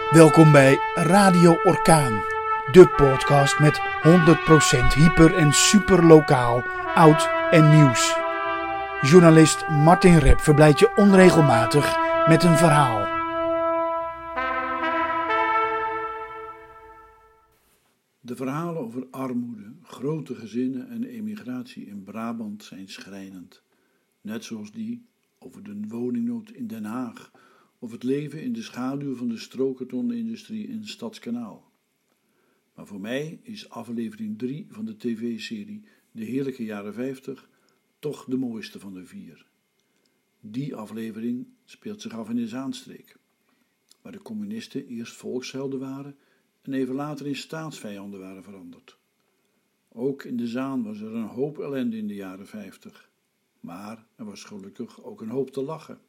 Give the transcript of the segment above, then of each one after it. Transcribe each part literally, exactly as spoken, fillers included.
Welkom bij Radio Orkaan, de podcast met honderd procent hyper en super lokaal, oud en nieuws. Journalist Martin Rep verblijdt je onregelmatig met een verhaal. De verhalen over armoede, grote gezinnen en emigratie in Brabant zijn schrijnend. Net zoals die over de woningnood in Den Haag of het leven in de schaduw van de strokertonindustrie in Stadskanaal. Maar voor mij is aflevering drie van de tv-serie De Heerlijke Jaren vijftig toch de mooiste van de vier. Die aflevering speelt zich af in de Zaanstreek, waar de communisten eerst volkshelden waren en even later in staatsvijanden waren veranderd. Ook in de Zaan was er een hoop ellende in de jaren vijftig, maar er was gelukkig ook een hoop te lachen.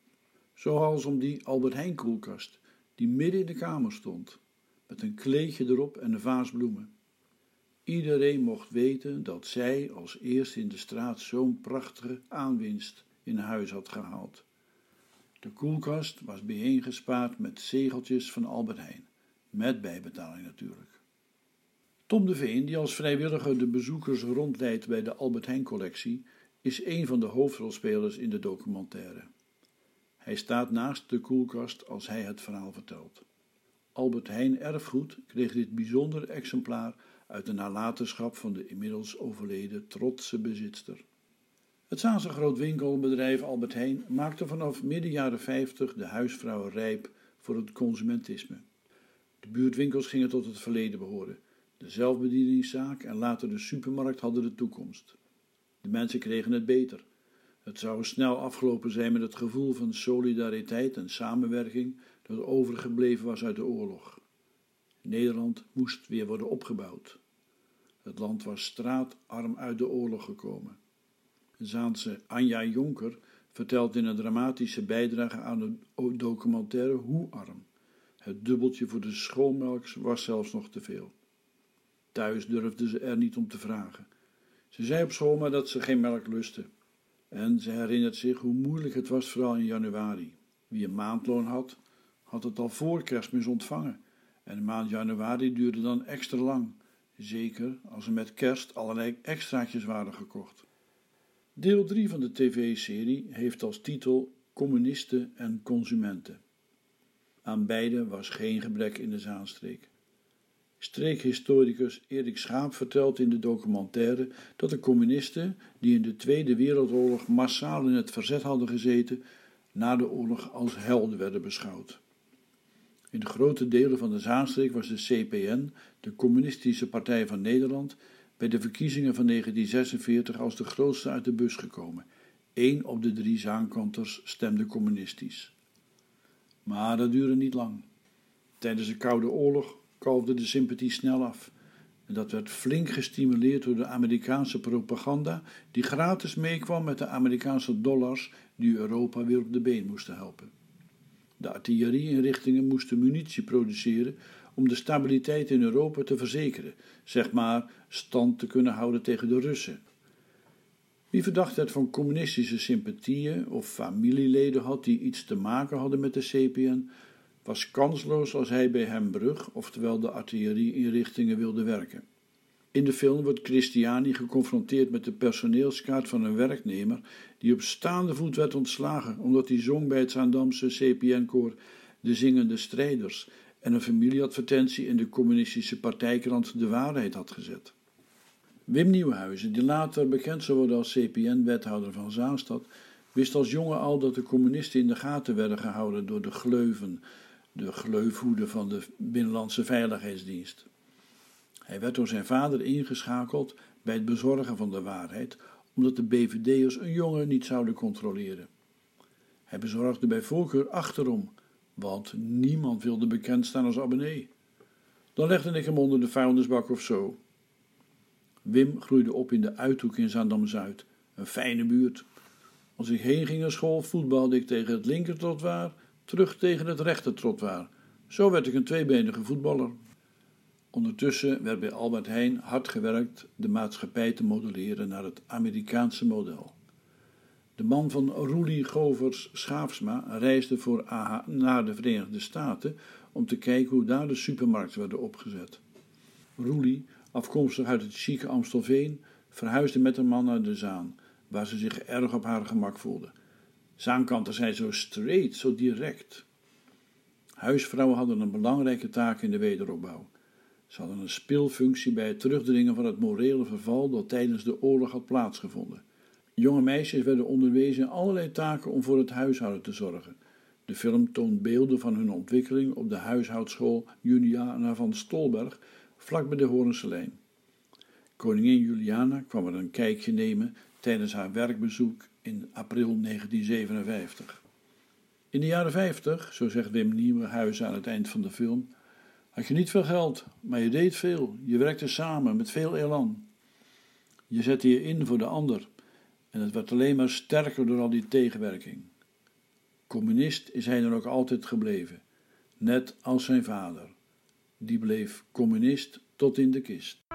Zoals om die Albert Heijn koelkast, die midden in de kamer stond, met een kleedje erop en een vaas bloemen. Iedereen mocht weten dat zij als eerste in de straat zo'n prachtige aanwinst in huis had gehaald. De koelkast was bijeengespaard met zegeltjes van Albert Heijn, met bijbetaling natuurlijk. Tom de Veen, die als vrijwilliger de bezoekers rondleidt bij de Albert Heijn collectie, is een van de hoofdrolspelers in de documentaire. Hij staat naast de koelkast als hij het verhaal vertelt. Albert Heijn Erfgoed kreeg dit bijzondere exemplaar uit de nalatenschap van de inmiddels overleden trotse bezitster. Het Zaanse grootwinkelbedrijf Albert Heijn maakte vanaf midden jaren vijftig de huisvrouwen rijp voor het consumentisme. De buurtwinkels gingen tot het verleden behoren. De zelfbedieningszaak en later de supermarkt hadden de toekomst. De mensen kregen het beter. Het zou snel afgelopen zijn met het gevoel van solidariteit en samenwerking dat overgebleven was uit de oorlog. Nederland moest weer worden opgebouwd. Het land was straatarm uit de oorlog gekomen. De Zaanse Anja Jonker vertelt in een dramatische bijdrage aan de documentaire hoe arm. Het dubbeltje voor de schoolmelk was zelfs nog te veel. Thuis durfde ze er niet om te vragen. Ze zei op school maar dat ze geen melk lustte. En ze herinnert zich hoe moeilijk het was, vooral in januari. Wie een maandloon had, had het al voor Kerstmis ontvangen. En de maand januari duurde dan extra lang. Zeker als er met kerst allerlei extraatjes waren gekocht. Deel drie van de tv-serie heeft als titel Communisten en Consumenten. Aan beide was geen gebrek in de Zaanstreek. Streekhistoricus Erik Schaap vertelt in de documentaire dat de communisten, die in de Tweede Wereldoorlog massaal in het verzet hadden gezeten, na de oorlog als helden werden beschouwd. In de grote delen van de Zaanstreek was de C P N, de Communistische Partij van Nederland, bij de verkiezingen van negentien zesenveertig als de grootste uit de bus gekomen. Eén op de drie Zaankanters stemde communistisch. Maar dat duurde niet lang. Tijdens de Koude Oorlog kalfde de sympathie snel af. En dat werd flink gestimuleerd door de Amerikaanse propaganda, die gratis meekwam met de Amerikaanse dollars die Europa weer op de been moesten helpen. De artillerieinrichtingen moesten munitie produceren om de stabiliteit in Europa te verzekeren, zeg maar stand te kunnen houden tegen de Russen. Wie verdacht werd van communistische sympathieën of familieleden had die iets te maken hadden met de C P N, was kansloos als hij bij Hembrug, oftewel de artillerieinrichtingen, wilde werken. In de film wordt Christiani geconfronteerd met de personeelskaart van een werknemer die op staande voet werd ontslagen omdat hij zong bij het Zaandamse C P N-koor De Zingende Strijders en een familieadvertentie in de communistische partijkrant De Waarheid had gezet. Wim Nieuwenhuizen, die later bekend zou worden als C P N-wethouder van Zaanstad, wist als jongen al dat de communisten in de gaten werden gehouden door de gleuven, de gleufhoeden van de Binnenlandse Veiligheidsdienst. Hij werd door zijn vader ingeschakeld bij het bezorgen van de waarheid, omdat de B V D'ers een jongen niet zouden controleren. Hij bezorgde bij voorkeur achterom, want niemand wilde bekend staan als abonnee. Dan legde ik hem onder de vuilnisbak of zo. Wim groeide op in de Uithoek in Zaandam-Zuid, een fijne buurt. Als ik heen ging naar school, voetbalde ik tegen het linkertrottoir, terug tegen het rechtertrottoir. Zo werd ik een tweebenige voetballer. Ondertussen werd bij Albert Heijn hard gewerkt de maatschappij te modelleren naar het Amerikaanse model. De man van Roelie Govers Schaafsma reisde voor A H naar de Verenigde Staten om te kijken hoe daar de supermarkten werden opgezet. Roelie, afkomstig uit het chique Amstelveen, verhuisde met een man naar de Zaan, waar ze zich erg op haar gemak voelde. Zaankanten zijn zo straight, zo direct. Huisvrouwen hadden een belangrijke taak in de wederopbouw. Ze hadden een speelfunctie bij het terugdringen van het morele verval dat tijdens de oorlog had plaatsgevonden. Jonge meisjes werden onderwezen in allerlei taken om voor het huishouden te zorgen. De film toont beelden van hun ontwikkeling op de huishoudschool Juliana van Stolberg, vlak bij de Hoornse Lijn. Koningin Juliana kwam er een kijkje nemen tijdens haar werkbezoek in april negentien zevenenvijftig. In de jaren vijftig, zo zegt Wim Nieuwenhuizen aan het eind van de film, had je niet veel geld, maar je deed veel. Je werkte samen met veel elan. Je zette je in voor de ander en het werd alleen maar sterker door al die tegenwerking. Communist is hij dan ook altijd gebleven, net als zijn vader. Die bleef communist tot in de kist.